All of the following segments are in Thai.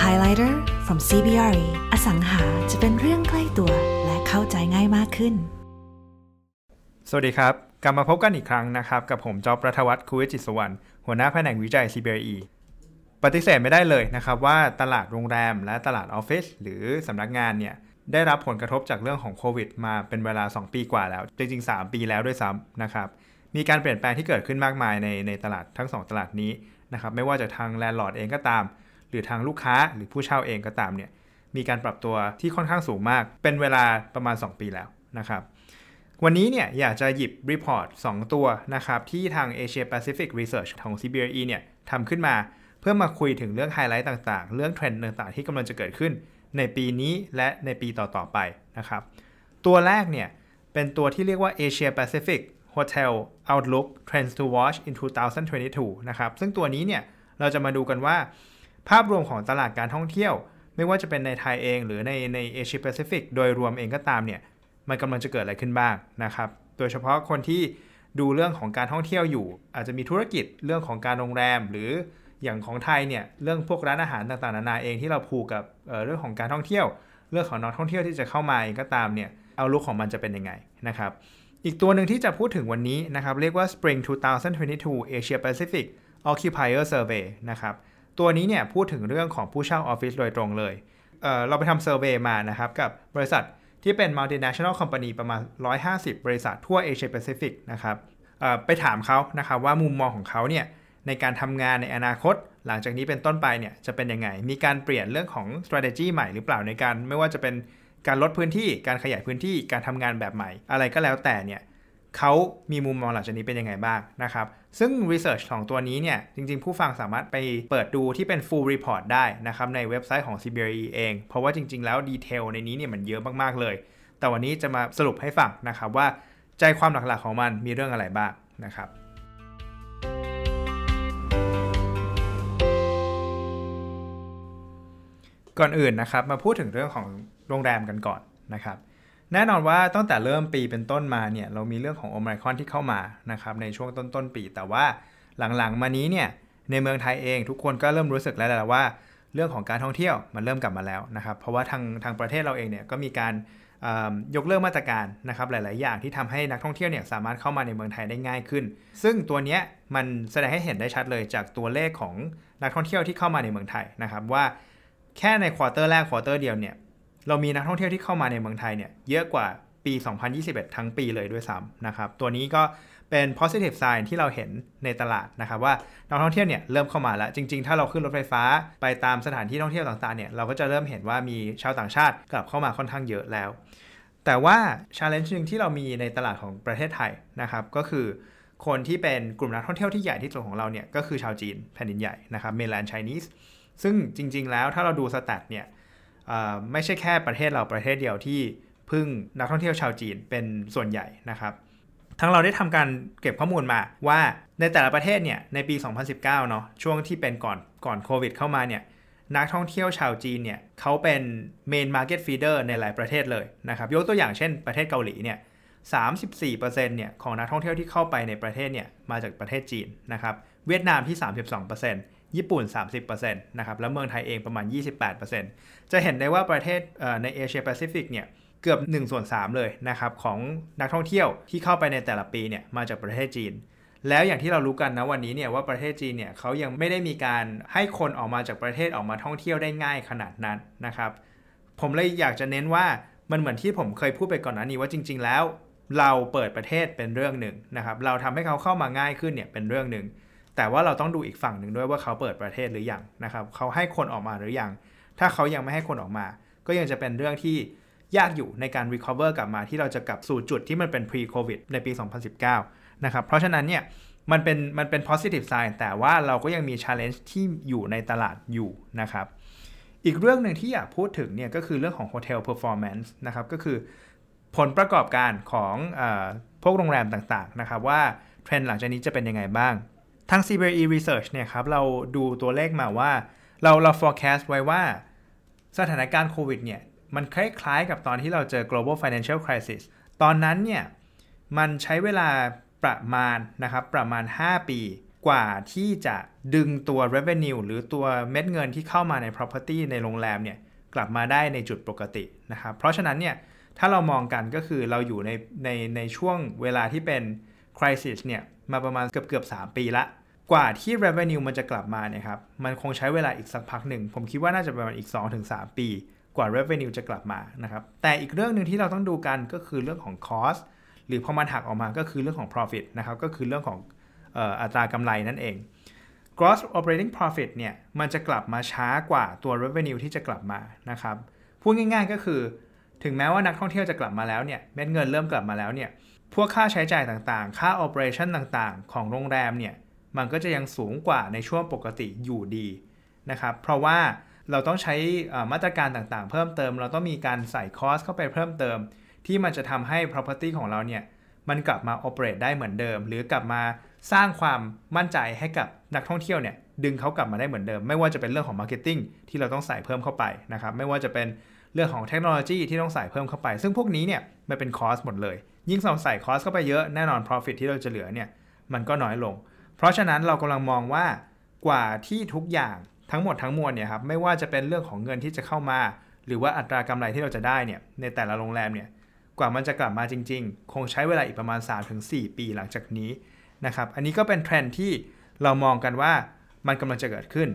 Highlighter from CBRE อสังหาจะเป็นเรื่องใกล้ตัวและเข้าใจง่ายมากขึ้นสวัสดีครับกลับมาพบกันอีกครั้งนะครับกับผมจอบรัฐวัฒน์ คูเวจิตสุวรรณหัวหน้าแผนกวิจัย CBRE ปฏิเสธไม่ได้เลยนะครับว่าตลาดโรงแรมและตลาดออฟฟิศหรือสำนักงานเนี่ยได้รับผลกระทบจากเรื่องของโควิดมาเป็นเวลา2ปีกว่าแล้วจริงๆ3ปีแล้วด้วยซ้ำนะครับมีการเปลี่ยนแปลงที่เกิดขึ้นมากมายในตลาดทั้ง2ตลาดนี้นะครับไม่ว่าจะทางแลนด์ลอร์ดเองก็ตามหรือทางลูกค้าหรือผู้เช่าเองก็ตามเนี่ยมีการปรับตัวที่ค่อนข้างสูงมากเป็นเวลาประมาณ2ปีแล้วนะครับวันนี้เนี่ยอยากจะหยิบรีพอร์ต2ตัวนะครับที่ทาง Asia Pacific Research ของ CBRE เนี่ยทำขึ้นมาเพื่อมาคุยถึงเรื่องไฮไลท์ต่างๆเรื่องเทรนด์ต่างๆที่กำลังจะเกิดขึ้นในปีนี้และในปีต่อๆไปนะครับตัวแรกเนี่ยเป็นตัวที่เรียกว่า Asia Pacific Hotel Outlook Trends to Watch in 2022 นะครับซึ่งตัวนี้เนี่ยเราจะมาดูกันว่าภาพรวมของตลาดการท่องเที่ยวไม่ว่าจะเป็นในไทยเองหรือในเอเชียแปซิฟิกโดยรวมเองก็ตามเนี่ยมันกำลังจะเกิดอะไรขึ้นบ้างนะครับโดยเฉพาะคนที่ดูเรื่องของการท่องเที่ยวอยู่อาจจะมีธุรกิจเรื่องของการโรงแรมหรืออย่างของไทยเนี่ยเรื่องพวกร้านอาหารต่างๆนานาเองที่เราผูกกับเรื่องของการท่องเที่ยวเรื่องของนักท่องเที่ยวที่จะเข้ามาเองก็ตามเนี่ยเอาลุคของมันจะเป็นยังไงนะครับอีกตัวหนึ่งที่จะพูดถึงวันนี้นะครับเรียกว่า Spring 2022 Asia Pacific Occupier Survey นะครับตัวนี้เนี่ยพูดถึงเรื่องของผู้เช่าออฟฟิศโดยตรงเลยเราไปทำเซอร์เวย์มานะครับกับบริษัทที่เป็น multinational company ประมาณ150บริษัททั่ว Asia Pacific นะครับไปถามเขานะครับว่ามุมมองของเขาเนี่ยในการทำงานในอนาคตหลังจากนี้เป็นต้นไปเนี่ยจะเป็นยังไงมีการเปลี่ยนเรื่องของ strategy ใหม่หรือเปล่าในการไม่ว่าจะเป็นการลดพื้นที่การขยายพื้นที่การทำงานแบบใหม่อะไรก็แล้วแต่เนี่ยเขามีมุมมองหลังจากนี้เป็นยังไงบ้างนะครับซึ่ง research ของตัวนี้เนี่ยจริงๆผู้ฟังสามารถไปเปิดดูที่เป็น full report ได้นะครับในเว็บไซต์ของ CBRE เองเพราะว่าจริงๆแล้วดีเทลในนี้เนี่ยมันเยอะมากๆเลยแต่วันนี้จะมาสรุปให้ฟังนะครับว่าใจความหลักๆของมันมีเรื่องอะไรบ้างนะครับก่อนอื่นนะครับมาพูดถึงเรื่องของโรงแรมกันก่อนนะครับแน่นอนว่าตั้งแต่เริ่มปีเป็นต้นมาเนี่ยเรามีเรื่องของโอไมครอนที่เข้ามานะครับในช่วงต้นปีแต่ว่าหลังๆมานี้เนี่ยในเมืองไทยเองทุกคนก็เริ่มรู้สึกแล้วแหละว่าเรื่องของการท่องเที่ยวมันเริ่มกลับมาแล้วนะครับเพราะว่าทางประเทศเราเองเนี่ยก็มีการยกเลิกมาตรการนะครับหลายๆอย่างที่ทำให้นักท่องเที่ยวเนี่ยสามารถเข้ามาในเมืองไทยได้ง่ายขึ้นซึ่งตัวนี้มันแสดงให้เห็นได้ชัดเลยจากตัวเลขของนักท่องเที่ยวที่เข้ามาในเมืองไทยนะครับว่าแค่ในควอเตอร์แรกควอเตอร์เดียวเนี่ยเรามีนักท่องเที่ยวที่เข้ามาในเมืองไทยเนี่ยเยอะกว่าปี 2021 ทั้งปีเลยด้วยซ้ำนะครับตัวนี้ก็เป็น positive sign ที่เราเห็นในตลาดนะครับว่านักท่องเที่ยวเนี่ยเริ่มเข้ามาแล้วจริงๆถ้าเราขึ้นรถไฟฟ้าไปตามสถานที่ท่องเที่ยวต่างๆเนี่ยเราก็จะเริ่มเห็นว่ามีชาวต่างชาติกลับเข้ามาค่อนข้างเยอะแล้วแต่ว่า challenge นึงที่เรามีในตลาดของประเทศไทยนะครับก็คือคนที่เป็นกลุ่มนักท่องเที่ยวที่ใหญ่ที่สุดของเราเนี่ยก็คือชาวจีนแผ่นดินใหญ่นะครับ mainland Chinese ซึ่งจริงๆแล้วถ้าเราดูสแตทเนี่ยไม่ใช่แค่ประเทศเราประเทศเดียวที่พึ่งนักท่องเที่ยวชาวจีนเป็นส่วนใหญ่นะครับทั้งเราได้ทำการเก็บข้อมูลมาว่าในแต่ละประเทศเนี่ยในปี 2019 เนาะช่วงที่เป็นก่อนโควิดเข้ามาเนี่ยนักท่องเที่ยวชาวจีนเนี่ยเขาเป็น main market feeder ในหลายประเทศเลยนะครับยกตัวอย่างเช่นประเทศเกาหลีเนี่ย 34% เนี่ยของนักท่องเที่ยวที่เข้าไปในประเทศเนี่ยมาจากประเทศจีนนะครับเวียดนามที่ 32%ญี่ปุ่น 30% นะครับแล้วเมืองไทยเองประมาณ 28% จะเห็นได้ว่าประเทศในเอเชียแปซิฟิกเนี่ยเกือบ 1/3 เลยนะครับของนักท่องเที่ยวที่เข้าไปในแต่ละปีเนี่ยมาจากประเทศจีนแล้วอย่างที่เรารู้กันนะวันนี้เนี่ยว่าประเทศจีนเนี่ยเขายังไม่ได้มีการให้คนออกมาจากประเทศออกมาท่องเที่ยวได้ง่ายขนาดนั้นนะครับผมเลยอยากจะเน้นว่ามันเหมือนที่ผมเคยพูดไปก่อนหน้านี้ว่าจริงๆแล้วเราเปิดประเทศเป็นเรื่องหนึ่งนะครับเราทำให้เขาเข้ามาง่ายขึ้นเนี่ยเป็นเรื่องหนึ่งแต่ว่าเราต้องดูอีกฝั่งหนึ่งด้วยว่าเขาเปิดประเทศหรือยังนะครับเขาให้คนออกมาหรือยังถ้าเขายังไม่ให้คนออกมาก็ยังจะเป็นเรื่องที่ยากอยู่ในการ recover กลับมาที่เราจะกลับสู่จุดที่มันเป็น pre-covid ในปี 2019 นะครับเพราะฉะนั้นเนี่ยมันเป็น positive sign แต่ว่าเราก็ยังมี challenge ที่อยู่ในตลาดอยู่นะครับอีกเรื่องหนึ่งที่อยากพูดถึงเนี่ยก็คือเรื่องของ hotel performance นะครับก็คือผลประกอบการของพวกโรงแรมต่างๆนะครับว่าเทรนด์หลังจากนี้จะเป็นยังไงบ้างทาง CBRE Research เนี่ยครับเราดูตัวเลขมาว่าเรา forecast ไว้ว่าสถานการณ์โควิดเนี่ยมันคล้ายๆกับตอนที่เราเจอ global financial crisis ตอนนั้นเนี่ยมันใช้เวลาประมาณ5 ปีกกว่าที่จะดึงตัว revenue หรือตัวเม็ดเงินที่เข้ามาใน property ในโรงแรมเนี่ยกลับมาได้ในจุดปกตินะครับเพราะฉะนั้นเนี่ยถ้าเรามองกันก็คือเราอยู่ในช่วงเวลาที่เป็น crisis เนี่ยมาประมาณเกือบ3 ปีละกว่าที่ revenue มันจะกลับมาเนี่ยครับมันคงใช้เวลาอีกสักพักหนึ่งผมคิดว่าน่าจะประมาณอีก 2-3 ปีกว่า revenue จะกลับมานะครับแต่อีกเรื่องนึงที่เราต้องดูกันก็คือเรื่องของ cost หรือพอมันหักออกมาก็คือเรื่องของ profit นะครับก็คือเรื่องของอัตรากำไรนั่นเอง gross operating profit เนี่ยมันจะกลับมาช้ากว่าตัว revenue ที่จะกลับมานะครับพูดง่ายๆก็คือถึงแม้ว่านักท่องเที่ยวจะกลับมาแล้วเนี่ยเม็ดเงินเริ่มกลับมาแล้วเนี่ยพวกค่าใช้จ่ายต่างๆค่า operation ต่างๆของโรงแรมเนี่ยมันก็จะยังสูงกว่าในช่วงปกติอยู่ดีนะครับเพราะว่าเราต้องใช้มาตรการต่างๆเพิ่มเติมเราต้องมีการใส่ cost เข้าไปเพิ่มเติมที่มันจะทำให้ property ของเราเนี่ยมันกลับมา operate ได้เหมือนเดิมหรือกลับมาสร้างความมั่นใจให้กับนักท่องเที่ยวเนี่ยดึงเขากลับมาได้เหมือนเดิมไม่ว่าจะเป็นเรื่องของ marketing ที่เราต้องใส่เพิ่มเข้าไปนะครับไม่ว่าจะเป็นเรื่องของเทคโนโลยีที่ต้องใส่เพิ่มเข้าไปซึ่งพวกนี้เนี่ยมันเป็น cost หมดเลยยิ่งเราใส่ cost เข้าไปเยอะแน่นอน profit ที่เราจะเหลือเนี่ยมันก็น้อยลงเพราะฉะนั้นเรากำลังมองว่ากว่าที่ทุกอย่างทั้งหมดทั้งมวลเนี่ยครับไม่ว่าจะเป็นเรื่องของเงินที่จะเข้ามาหรือว่าอัตรากำไรที่เราจะได้เนี่ยในแต่ละโรงแรมเนี่ยกว่ามันจะกลับมาจริงๆคงใช้เวลาอีกประมาณ 3-4 ปีหลังจากนี้นะครับอันนี้ก็เป็นเทรนด์ที่เรามองกันว่ามันกำลังจะเกิดขึ้น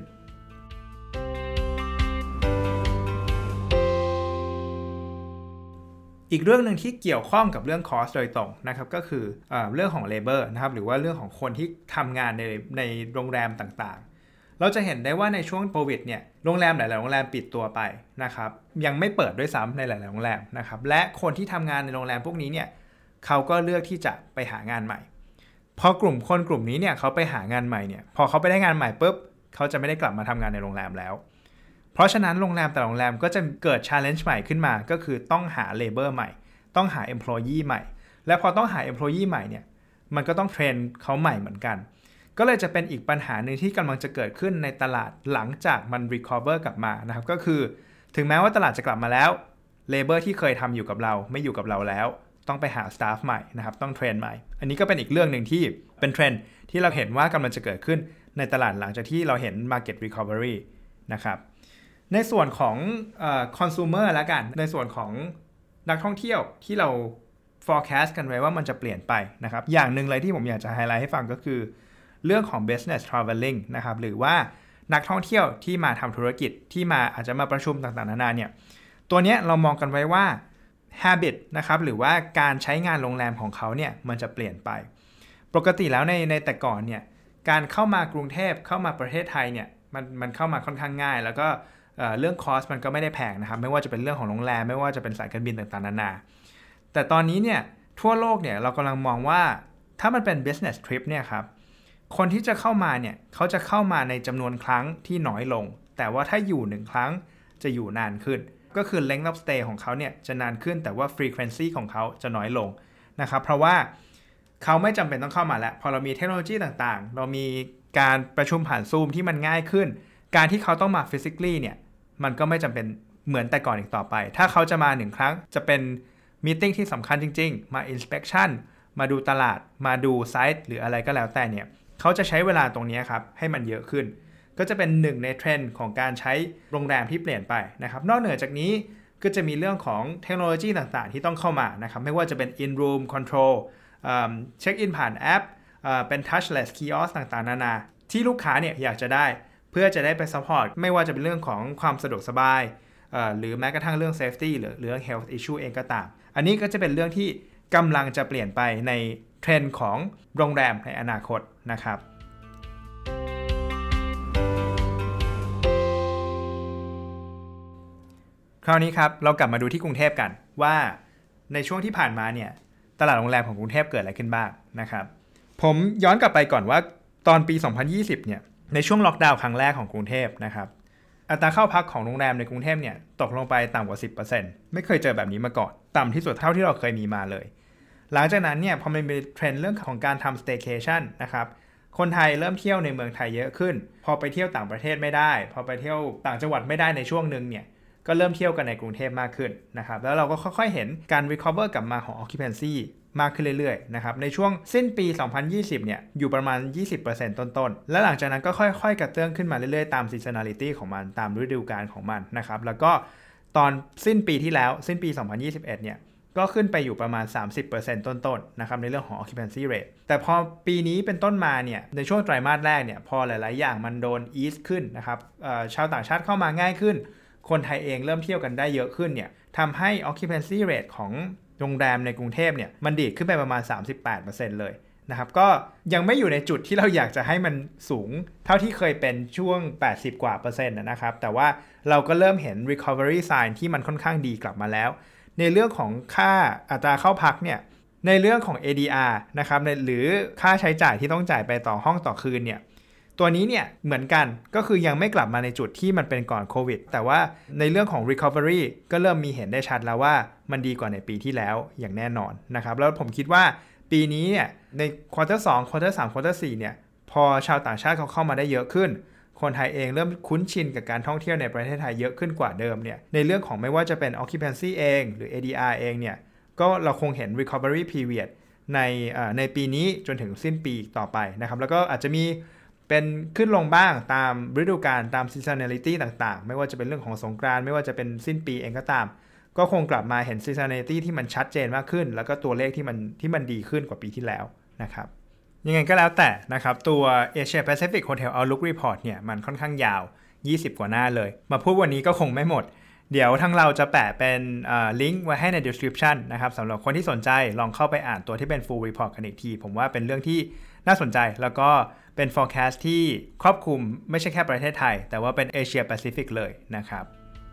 อีกเรื่องนึงที่เกี่ยวข้องกับเรื่อง cost โดยตรงนะครับก็คือเรื่องของ labor นะครับหรือว่าเรื่องของคนที่ทำงานในโรงแรมต่างๆเราจะเห็นได้ว่าในช่วงโควิดเนี่ยโรงแรมหลายๆโรงแรมปิดตัวไปนะครับยังไม่เปิดด้วยซ้ำในหลายๆโรงแรมนะครับและคนที่ทำงานในโรงแรมพวกนี้เนี่ยเขาก็เลือกที่จะไปหางานใหม่พอกลุ่มนี้เนี่ยเขาไปหางานใหม่เนี่ยพอเขาไปได้งานใหม่ปุ๊บเขาจะไม่ได้กลับมาทำงานในโรงแรมแล้วเพราะฉะนั้นโรงแรมแต่โรงแรมก็จะเกิด challenge ใหม่ขึ้นมาก็คือต้องหา labor ใหม่ต้องหา employee ใหม่และพอต้องหา employee ใหม่เนี่ยมันก็ต้องเทรนเขาใหม่เหมือนกันก็เลยจะเป็นอีกปัญหาหนึ่งที่กำลังจะเกิดขึ้นในตลาดหลังจากมัน recover กลับมานะครับก็คือถึงแม้ว่าตลาดจะกลับมาแล้ว labor ที่เคยทำอยู่กับเราไม่อยู่กับเราแล้วต้องไปหา staff ใหม่นะครับต้องเทรนใหม่อันนี้ก็เป็นอีกเรื่องนึงที่เป็นเทรนด์ที่เราเห็นว่ากำลังจะเกิดขึ้นในตลาดหลังจากที่เราเห็น market recovery นะครับในส่วนของconsumer ละกันในส่วนของนักท่องเที่ยวที่เรา forecast กันไว้ว่ามันจะเปลี่ยนไปนะครับอย่างหนึ่งเลยที่ผมอยากจะไฮไลท์ให้ฟังก็คือเรื่องของ business traveling นะครับหรือว่านักท่องเที่ยวที่มาทำธุรกิจที่มาอาจจะมาประชุมต่างๆนานาเนี่ยตัวเนี้ยเรามองกันไว้ว่า habit นะครับหรือว่าการใช้งานโรงแรมของเขาเนี่ยมันจะเปลี่ยนไปปกติแล้วในแต่ก่อนเนี่ยการเข้ามากรุงเทพเข้ามาประเทศไทยเนี่ยมันเข้ามาค่อนข้างง่ายแล้วก็เรื่อง cost มันก็ไม่ได้แพงนะครับไม่ว่าจะเป็นเรื่องของโรงแรมไม่ว่าจะเป็นสายการบินต่างๆนานาแต่ตอนนี้เนี่ยทั่วโลกเนี่ยเรากำลังมองว่าถ้ามันเป็น business trip เนี่ยครับคนที่จะเข้ามาเนี่ยเขาจะเข้ามาในจำนวนครั้งที่น้อยลงแต่ว่าถ้าอยู่1ครั้งจะอยู่นานขึ้นก็คือ length of stay ของเขาเนี่ยจะนานขึ้นแต่ว่า frequency ของเขาจะน้อยลงนะครับเพราะว่าเขาไม่จำเป็นต้องเข้ามาแล้วพอเรามีเทคโนโลยีต่างๆเรามีการประชุมผ่าน Zoom ที่มันง่ายขึ้นการที่เขาต้องมา physically เนี่ยมันก็ไม่จำเป็นเหมือนแต่ก่อนอีกต่อไปถ้าเขาจะมา1ครั้งจะเป็นมีตติ้งที่สำคัญจริงๆมา inspection มาดูตลาดมาดูไซต์หรืออะไรก็แล้วแต่เนี่ยเขาจะใช้เวลาตรงนี้ครับให้มันเยอะขึ้นก็จะเป็นหนึ่งในเทรนด์ของการใช้โรงแรมที่เปลี่ยนไปนะครับนอกเหนือจากนี้ก็จะมีเรื่องของเทคโนโลยีต่างๆที่ต้องเข้ามานะครับไม่ว่าจะเป็น in room control เช็คอินผ่านแอปเป็น touchless kiosk ต่างๆนานาที่ลูกค้าเนี่ยอยากจะได้เพื่อจะได้ไป support ไม่ว่าจะเป็นเรื่องของความสะดวกสบายหรือแม้กระทั่งเรื่อง safety หรือเรื่อง health issue เองก็ตามอันนี้ก็จะเป็นเรื่องที่กำลังจะเปลี่ยนไปในเทรนด์ของโรงแรมในอนาคตนะครับคราวนี้ครับเรากลับมาดูที่กรุงเทพกันว่าในช่วงที่ผ่านมาเนี่ยตลาดโรงแรมของกรุงเทพเกิดอะไรขึ้นบ้างนะครับผมย้อนกลับไปก่อนว่าตอนปี 2020 เนี่ยในช่วงล็อกดาวน์ครั้งแรกของกรุงเทพนะครับอัตราเข้าพักของโรงแรมในกรุงเทพเนี่ยตกลงไปต่ำกว่า 10% ไม่เคยเจอแบบนี้มาก่อนต่ำที่สุดเท่าที่เราเคยมีมาเลยหลังจากนั้นเนี่ยพอมันมีเทรนด์เรื่องของการทำ staycation นะครับคนไทยเริ่มเที่ยวในเมืองไทยเยอะขึ้นพอไปเที่ยวต่างประเทศไม่ได้พอไปเที่ยวต่างจังหวัดไม่ได้ในช่วงนึงเนี่ยก็เริ่มเที่ยวกันในกรุงเทพมากขึ้นนะครับแล้วเราก็ค่อยๆเห็นการ recover กลับมาของ occupancy มากขึ้นเรื่อยๆนะครับในช่วงสิ้นปี 2020 เนี่ยอยู่ประมาณ 20% ต้นๆและหลังจากนั้นก็ค่อยๆกระเตื้องขึ้นมาเรื่อยๆตาม seasonality ของมันตามฤดูกาลของมันนะครับแล้วก็ตอนสิ้นปีที่แล้วสิ้นปี 2021 เนี่ยก็ขึ้นไปอยู่ประมาณ 30% ต้นๆนะครับในเรื่องของ occupancy rate แต่พอปีนี้เป็นต้นมาเนี่ยในช่วงไตรมาสแรกเนี่ยพอหลายๆอย่างมันโดน ease ขึ้นนะครับชาวต่างชาติเข้ามาง่ายขึ้นคนไทยเองเริ่มเที่ยวกันได้เยอะขึ้นเนี่ยทำให้ occupancy rate ของโรงแรมในกรุงเทพเนี่ยมันดีดขึ้นไปประมาณ 38% เลยนะครับก็ยังไม่อยู่ในจุดที่เราอยากจะให้มันสูงเท่าที่เคยเป็นช่วง80กว่า%นะครับแต่ว่าเราก็เริ่มเห็น recovery sign ที่มันค่อนข้างดีกลับมาแล้วในเรื่องของค่าอัตราเข้าพักเนี่ยในเรื่องของ ADR นะครับหรือค่าใช้จ่ายที่ต้องจ่ายไปต่อห้องต่อคืนเนี่ยตัวนี้เนี่ยเหมือนกันก็คือยังไม่กลับมาในจุดที่มันเป็นก่อนโควิดแต่ว่าในเรื่องของ recovery ก็เริ่มมีเห็นได้ชัดแล้วว่ามันดีกว่าในปีที่แล้วอย่างแน่นอนนะครับแล้วผมคิดว่าปีนี้เนี่ยในควอเตอร์2ควอเตอร์3ควอเตอร์4เนี่ยพอชาวต่างชาติเขาเข้ามาได้เยอะขึ้นคนไทยเองเริ่มคุ้นชินกับการท่องเที่ยวในประเทศไทยเยอะขึ้นกว่าเดิมเนี่ยในเรื่องของไม่ว่าจะเป็น occupancy เองหรือ ADR เองเนี่ยก็เราคงเห็น recovery period ในปีนี้จนถึงสิ้นปีต่อไปนะครับแล้วก็อาจจะมีเป็นขึ้นลงบ้างตามฤดูกาลตาม seasonality ต่างๆไม่ว่าจะเป็นเรื่องของสงกรานต์ไม่ว่าจะเป็นสิ้นปีเองก็ตามก็คงกลับมาเห็น seasonality ที่มันชัดเจนมากขึ้นแล้วก็ตัวเลขที่มันดีขึ้นกว่าปีที่แล้วนะครับยังไงก็แล้วแต่นะครับตัว Asia Pacific Hotel Outlook Report เนี่ยมันค่อนข้างยาว20กว่าหน้าเลยมาพูดวันนี้ก็คงไม่หมดเดี๋ยวทางเราจะแปะเป็นลิงก์ไว้ให้ใน description นะครับสำหรับคนที่สนใจลองเข้าไปอ่านตัวที่เป็น full report กันอีกทีผมว่าเป็นเรื่องที่น่าสนใจแล้วก็เป็น forecast ที่ครอบคลุมไม่ใช่แค่ประเทศไทยแต่ว่าเป็น Asia Pacific เลยนะครับ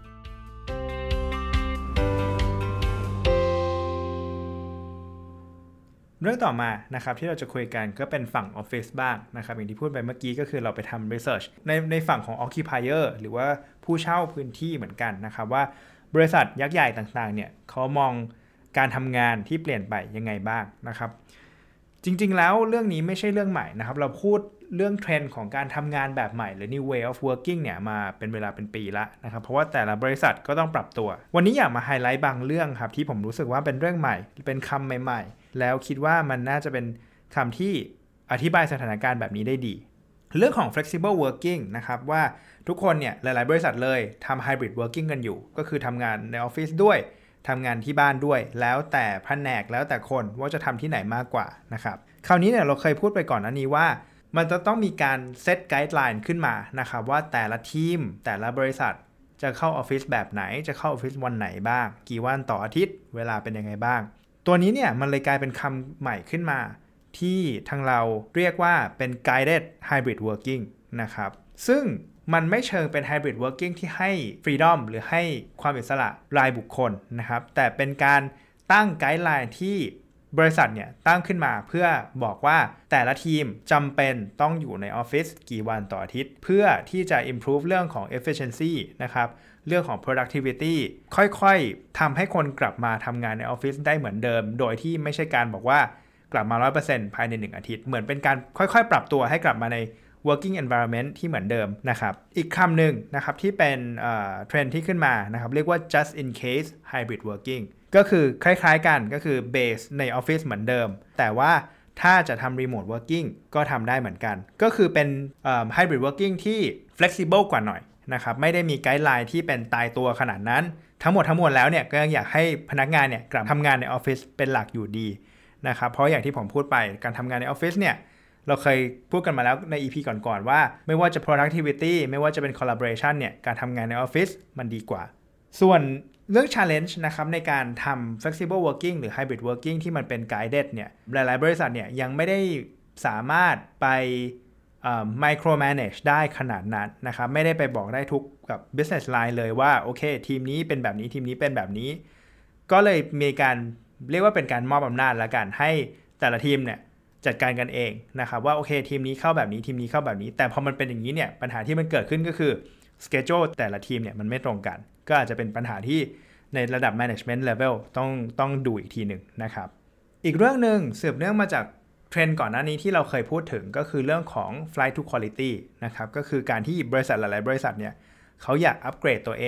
เรื่องต่อมานะครับที่เราจะคุยกันก็เป็นฝั่งออฟฟิศบ้างนะครับอย่างที่พูดไปเมื่อกี้ก็คือเราไปทำ research ในฝั่งของ occupier หรือว่าผู้เช่าพื้นที่เหมือนกันนะครับว่าบริษัทยักษ์ใหญ่ต่างๆเนี่ยเขามองการทำงานที่เปลี่ยนไปยังไงบ้างนะครับจริงๆแล้วเรื่องนี้ไม่ใช่เรื่องใหม่นะครับเราพูดเรื่องเทรนด์ของการทำงานแบบใหม่หรือ new way of working เนี่ยมาเป็นเวลาเป็นปีละนะครับเพราะว่าแต่ละบริษัทก็ต้องปรับตัววันนี้อยากมาไฮไลท์บางเรื่องครับที่ผมรู้สึกว่าเป็นเรื่องใหม่เป็นคำใหม่ๆแล้วคิดว่ามันน่าจะเป็นคำที่อธิบายสถานการณ์แบบนี้ได้ดีเรื่องของ flexible working นะครับว่าทุกคนเนี่ยหลายๆบริษัทเลยทำ hybrid working กันอยู่ก็คือทำงานในออฟฟิศด้วยทำงานที่บ้านด้วยแล้วแต่แผนกแล้วแต่คนว่าจะทำที่ไหนมากกว่านะครับคราวนี้เนี่ยเราเคยพูดไปก่อนอันนี้ว่ามันจะต้องมีการเซตไกด์ไลน์ขึ้นมานะครับว่าแต่ละทีมแต่ละบริษัทจะเข้าออฟฟิศแบบไหนจะเข้าออฟฟิศวันไหนบ้างกี่วันต่ออาทิตย์เวลาเป็นยังไงบ้างตัวนี้เนี่ยมันเลยกลายเป็นคำใหม่ขึ้นมาที่ทางเราเรียกว่าเป็น guided hybrid working นะครับซึ่งมันไม่เชิงเป็น hybrid working ที่ให้ freedom หรือให้ความอิสระรายบุคคลนะครับแต่เป็นการตั้งไกด์ไลน์ที่บริษัทเนี่ยตั้งขึ้นมาเพื่อบอกว่าแต่ละทีมจำเป็นต้องอยู่ในออฟฟิศกี่วันต่ออาทิตย์เพื่อที่จะ improve เรื่องของ efficiency นะครับเรื่องของ productivity ค่อยๆทำให้คนกลับมาทำงานในออฟฟิศได้เหมือนเดิมโดยที่ไม่ใช่การบอกว่ากลับมา 100% ภายใน1อาทิตย์เหมือนเป็นการค่อยๆปรับตัวให้กลับมาใน working environment ที่เหมือนเดิมนะครับอีกคำหนึ่งนะครับที่เป็นเทรนด์ที่ขึ้นมานะครับเรียกว่า just in case hybrid working ก็คือคล้ายๆกันก็คือ base ในออฟฟิศเหมือนเดิมแต่ว่าถ้าจะทำ remote working ก็ทำได้เหมือนกันก็คือเป็นhybrid working ที่ flexible กว่าหน่อยนะครับไม่ได้มีไกด์ไลน์ที่เป็นตายตัวขนาดนั้นทั้งหมดแล้วเนี่ยก็ยังอยากให้พนักงานเนี่ยกลับทำงานในออฟฟิศเป็นหลักอยู่ดีนะครับเพราะอย่างที่ผมพูดไปการทำงานในออฟฟิศเนี่ยเราเคยพูดกันมาแล้วใน EP ก่อนๆว่าไม่ว่าจะ productivity ไม่ว่าจะเป็น collaboration เนี่ยการทำงานในออฟฟิศมันดีกว่าส่วนเรื่อง challenge นะครับในการทำ flexible working หรือ hybrid working ที่มันเป็น guided เนี่ยหลายๆบริษัทเนี่ยยังไม่ได้สามารถไปmicro manage ได้ขนาดนั้นนะครับไม่ได้ไปบอกได้ทุกกับ business line เลยว่าโอเคทีมนี้เป็นแบบนี้ทีมนี้เป็นแบบนี้ก็เลยมีการเรียกว่าเป็นการมอบอำนาจละกันให้แต่ละทีมเนี่ยจัดการกันเองนะครับว่าโอเคทีมนี้เข้าแบบนี้ทีมนี้เข้าแบบนี้แต่พอมันเป็นอย่างนี้เนี่ยปัญหาที่มันเกิดขึ้นก็คือ schedule แต่ละทีมเนี่ยมันไม่ตรงกันก็อาจจะเป็นปัญหาที่ในระดับ management level ต้องดูอีกทีหนึ่งนะครับอีกเรื่องนึงสืบเนื่องมาจากเทรนด์ก่อนหน้านี้ที่เราเคยพูดถึงก็คือเรื่องของ flight to quality นะครับก็คือการที่บริษัทหลายๆบริษัทเนี่ยเขาอยากอัปเกรดตัวเอง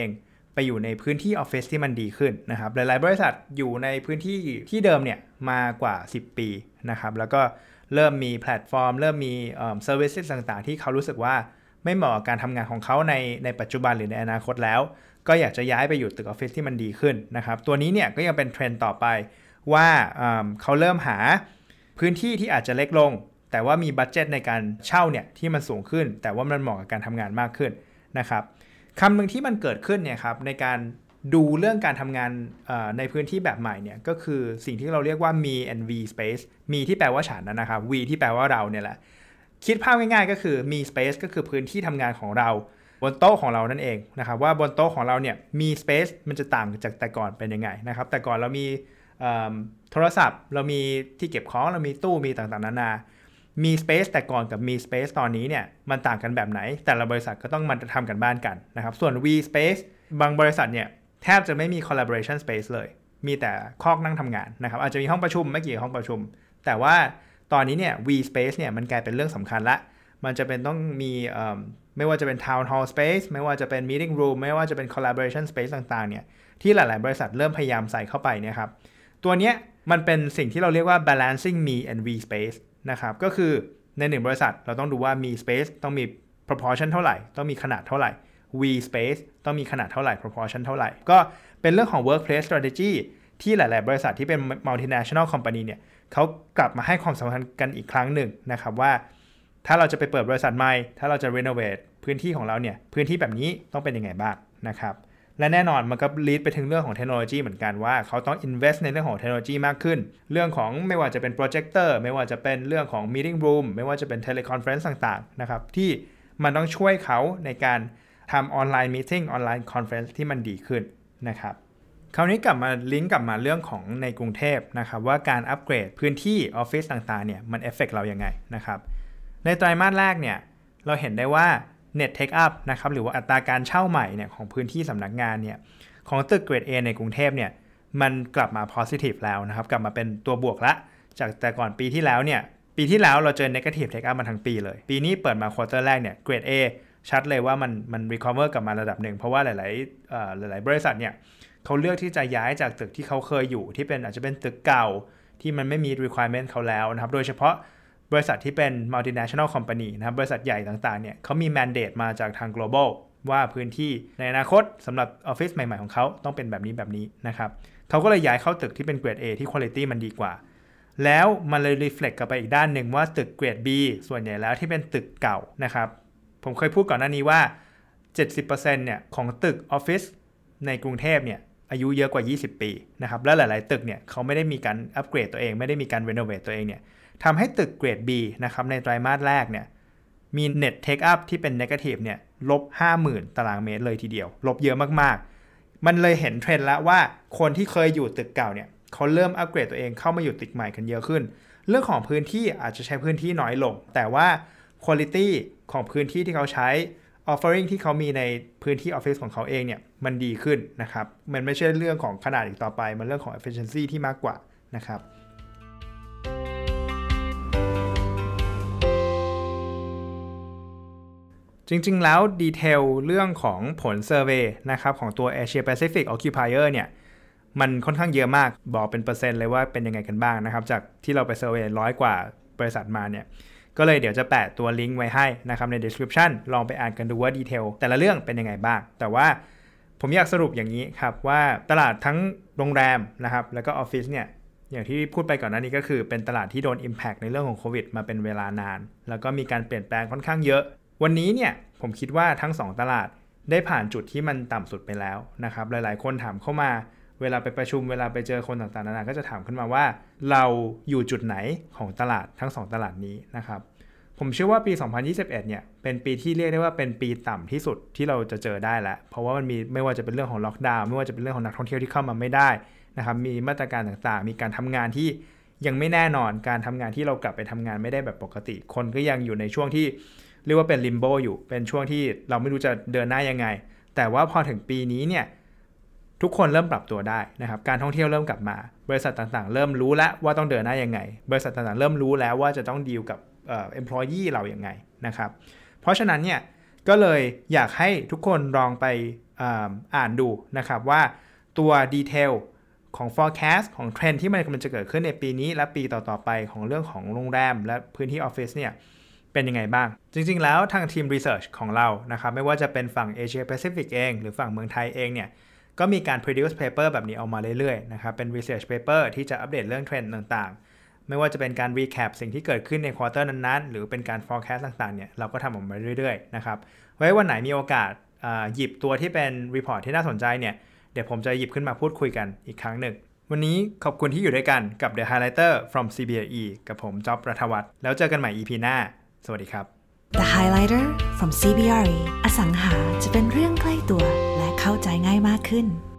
ไปอยู่ในพื้นที่ออฟฟิศที่มันดีขึ้นนะครับหลายๆบริษัทอยู่ในพื้นที่ที่เดิมเนี่ยมากว่า10ปีนะครับแล้วก็เริ่มมีแพลตฟอร์มเริ่มมีเซอร์วิสต่างๆที่เขารู้สึกว่าไม่เหมาะกับการทำงานของเขาในปัจจุบันหรือในอนาคตแล้วก็อยากจะย้ายไปอยู่ตึกออฟฟิศที่มันดีขึ้นนะครับตัวนี้เนี่ยก็ยังเป็นเทรนด์ต่อไปว่าเขาเริ่มหาพื้นที่ที่อาจจะเล็กลงแต่ว่ามีบัดเจ็ตในการเช่าเนี่ยที่มันสูงขึ้นแต่ว่ามันเหมาะกับการทำงานมากขึ้นนะครับคำหนึ่งที่มันเกิดขึ้นเนี่ยครับในการดูเรื่องการทำงานในพื้นที่แบบใหม่เนี่ยก็คือสิ่งที่เราเรียกว่า me and we space me ที่แปลว่าฉันนะครับ we ที่แปลว่าเราเนี่ยแหละคิดภาพง่ายๆก็คือ me space ก็คือพื้นที่ทำงานของเราบนโต๊ะของเรานั่นเองนะครับว่าบนโต๊ะของเราเนี่ยมี space มันจะต่างจากแต่ก่อนเป็นยังไงนะครับแต่ก่อนเรามีโทรศัพท์เรามีที่เก็บของเรามีตู้มีต่างๆนานามี space แต่ก่อนกับมี space ตอนนี้เนี่ยมันต่างกันแบบไหนแต่ละบริษัทก็ต้องมาทำกันบ้านกันนะครับส่วน we space บางบริษัทเนี่ยแทบจะไม่มี collaboration space เลยมีแต่คอกนั่งทำงานนะครับอาจจะมีห้องประชุมไม่กี่ห้องประชุมแต่ว่าตอนนี้เนี่ย we space เนี่ยมันกลายเป็นเรื่องสำคัญละมันจะเป็นต้องมีไม่ว่าจะเป็น town hall space ไม่ว่าจะเป็น meeting room ไม่ว่าจะเป็น collaboration space ต่างๆเนี่ยที่หลายๆบริษัทเริ่มพยายามใส่เข้าไปเนี่ยครับตัวเนี้ยมันเป็นสิ่งที่เราเรียกว่า balancing me and we space นะครับก็คือในหนึ่งบริษัทเราต้องดูว่า me space ต้องมี proportion เท่าไหร่ต้องมีขนาดเท่าไหร่ we space ต้องมีขนาดเท่าไหร่ proportion เท่าไหร่ก็เป็นเรื่องของ workplace strategy ที่หลายๆบริษัทที่เป็น multinational company เนี่ยเขากลับมาให้ความสำคัญกันอีกครั้งหนึ่งนะครับว่าถ้าเราจะไปเปิดบริษัทใหม่ถ้าเราจะ renovate พื้นที่ของเราเนี่ยพื้นที่แบบนี้ต้องเป็นยังไงบ้างนะครับและแน่นอนมันก็ lead ไปถึงเรื่องของเทคโนโลยีเหมือนกันว่าเขาต้อง invest ในเรื่องของเทคโนโลยีมากขึ้นเรื่องของไม่ว่าจะเป็นโปรเจคเตอร์ไม่ว่าจะเป็นเรื่องของ meeting room ไม่ว่าจะเป็น teleconference ต่างๆนะครับที่มันต้องช่วยเขาในการทำออนไลน์มีตติ้งออนไลน์คอนเฟอเรนซ์ที่มันดีขึ้นนะครับคราวนี้กลับมาลิงก์กลับมาเรื่องของในกรุงเทพนะครับว่าการอัปเกรดพื้นที่ออฟฟิศต่างๆเนี่ยมันเอฟเฟกต์เรายังไงนะครับในไตรมาสแรกเนี่ยเราเห็นได้ว่า Net Take Up นะครับหรือว่าอัตราการเช่าใหม่เนี่ยของพื้นที่สำนักงานเนี่ยของตึกเกรด A ในกรุงเทพเนี่ยมันกลับมา positive แล้วนะครับกลับมาเป็นตัวบวกละจากแต่ก่อนปีที่แล้วเนี่ยปีที่แล้วเราเจอ negative take up มาทั้งปีเลยปีนี้เปิดมาควอเตอร์แรกเนี่ยเกรด A ชัดเลยว่ามัน recover กลับมาระดับหนึ่งเพราะว่าหลายบริษัทเนี่ยเขาเลือกที่จะย้ายจากตึกที่เขาเคยอยู่ที่เป็นอาจจะเป็นตึกเก่าที่มันไม่มี requirement เขาแล้วนะครับโดยเฉพาะบริษัทที่เป็น multinational company นะครับบริษัทใหญ่ต่างๆเนี่ยเขามี mandate มาจากทาง global ว่าพื้นที่ในอนาคตสำหรับออฟฟิศใหม่ๆของเขาต้องเป็นแบบนี้นะครับเขาก็เลยย้ายเข้าตึกที่เป็นเกรด A ที่ quality มันดีกว่าแล้วมันเลย reflect กลับไปอีกด้านหนึ่งว่าตึกเกรด B ส่วนใหญ่แล้วที่เป็นตึกเก่านะครับผมเคยพูดก่อนหน้านี้ว่า 70% เนี่ยของตึกออฟฟิศในกรุงเทพเนี่ยอายุเยอะกว่า20ปีนะครับและหลายๆตึกเนี่ยเขาไม่ได้มีการอัปเกรดตัวเองไม่ได้มีการ renovate ตัวเองเนี่ยทำให้ตึกเกรด B นะครับในไตรมาสแรกเนี่ยมี net take up ที่เป็น negative เนี่ยลบ 50,000 ตารางเมตรเลยทีเดียวลบเยอะมากๆมันเลยเห็นเทรนด์แล้วว่าคนที่เคยอยู่ตึกเก่าเนี่ยเขาเริ่มอัปเกรดตัวเองเข้ามาอยู่ตึกใหม่กันเยอะขึ้นเรื่องของพื้นที่อาจจะใช้พื้นที่น้อยลงแต่ว่า quality ของพื้นที่ที่เขาใช้ offering ที่เขามีในพื้นที่ออฟฟิศของเขาเองเนี่ยมันดีขึ้นนะครับมันไม่ใช่เรื่องของขนาดอีกต่อไปมันเรื่องของ efficiency ที่มากกว่านะครับจริงๆแล้วดีเทลเรื่องของผลเซอร์เวย์นะครับของตัว Asia Pacific Occupier เนี่ยมันค่อนข้างเยอะมากบอกเป็นเปอร์เซ็นต์เลยว่าเป็นยังไงกันบ้างนะครับจากที่เราไปเซอร์เวย์100 กว่าบริษัทมาเนี่ยก็เลยเดี๋ยวจะแปะตัวลิงก์ไว้ให้นะครับใน description ลองไปอ่านกันดูว่าดีเทลแต่ละเรื่องเป็นยังไงบ้างแต่ว่าผมอยากสรุปอย่างนี้ครับว่าตลาดทั้งโรงแรมนะครับแล้วก็ออฟฟิศเนี่ยอย่างที่พูดไปก่อนหน้านี้ก็คือเป็นตลาดที่โดน impact ในเรื่องของโควิดมาเป็นเวลานานแล้วก็มีการเปลี่ยนแปลงค่อนข้างเยอะวันนี้เนี่ยผมคิดว่าทั้ง2ตลาดได้ผ่านจุดที่มันต่ำสุดไปแล้วนะครับหลายๆคนถามเข้ามาเวลาไปประชุมเวลาไปเจอคนต่างๆนานาก็จะถามขึ้นมาว่าเราอยู่จุดไหนของตลาดทั้ง2ตลาดนี้นะครับผมเชื่อว่าปี 2021 เนี่ยเป็นปีที่เรียกได้ว่าเป็นปีต่ำที่สุดที่เราจะเจอได้แล้วเพราะว่ามันมีไม่ว่าจะเป็นเรื่องของล็อกดาวน์ไม่ว่าจะเป็นเรื่องของนักท่องเที่ยวที่เข้ามาไม่ได้นะครับมีมาตรการต่างๆมีการทำงานที่ยังไม่แน่นอนการทำงานที่เรากลับไปทำงานไม่ได้แบบปกติคนก็ยังอยู่ในช่วงที่เรียกว่าเป็นลิมโบอยู่เป็นช่วงที่เราไม่รู้จะเดินหน้ายังไงแต่ว่าพอถึงปีนี้เนี่ยทุกคนเริ่มปรับตัวได้นะครับการท่องเที่ยวเริ่มกลับมาบริษัทต่างๆเริ่มรู้แล้วว่าต้องเดินหน้ายังไงบริษัทต่างๆเริ่มรู้แล้วว่าจะต้องดีลกับemployee เราอย่างไงนะครับเพราะฉะนั้นเนี่ยก็เลยอยากให้ทุกคนลองไปอ่านดูนะครับว่าตัวดีเทลของ forecast ของเทรนด์ที่มันกำลังจะเกิดขึ้นในปีนี้และปีต่อๆไปของเรื่องของโรงแรมและพื้นที่ออฟฟิศเนี่ยเป็นยังไงบ้างจริงๆแล้วทางทีม Research ของเรานะครับไม่ว่าจะเป็นฝั่ง Asia Pacific เองหรือฝั่งเมืองไทยเองเนี่ยก็มีการ produce paper แบบนี้ออกมาเรื่อยๆนะครับเป็น research paper ที่จะอัปเดตเรื่องเทรนด์ต่างๆไม่ว่าจะเป็นการ recap สิ่งที่เกิดขึ้นใน quarter นั้นๆหรือเป็นการ forecast ต่างๆเนี่ยเราก็ทำออกมาเรื่อยๆนะครับไว้วันไหนมีโอกาสหยิบตัวที่เป็น report ที่น่าสนใจเนี่ยเดี๋ยวผมจะหยิบขึ้นมาพูดคุยกันอีกครั้งหนึ่งวันนี้ขอบคุณที่อยู่ด้วยกันกับ The Highlighter from CBRE กับผมจ๊อบรัฐวัฒน์แล้วเจอกันใหม่ EP หน้าสวัสดีครับ The Highlighter from CBRE อสังหาจะเป็นเรื่องใกล้ตัวและเข้าใจง่ายมากขึ้น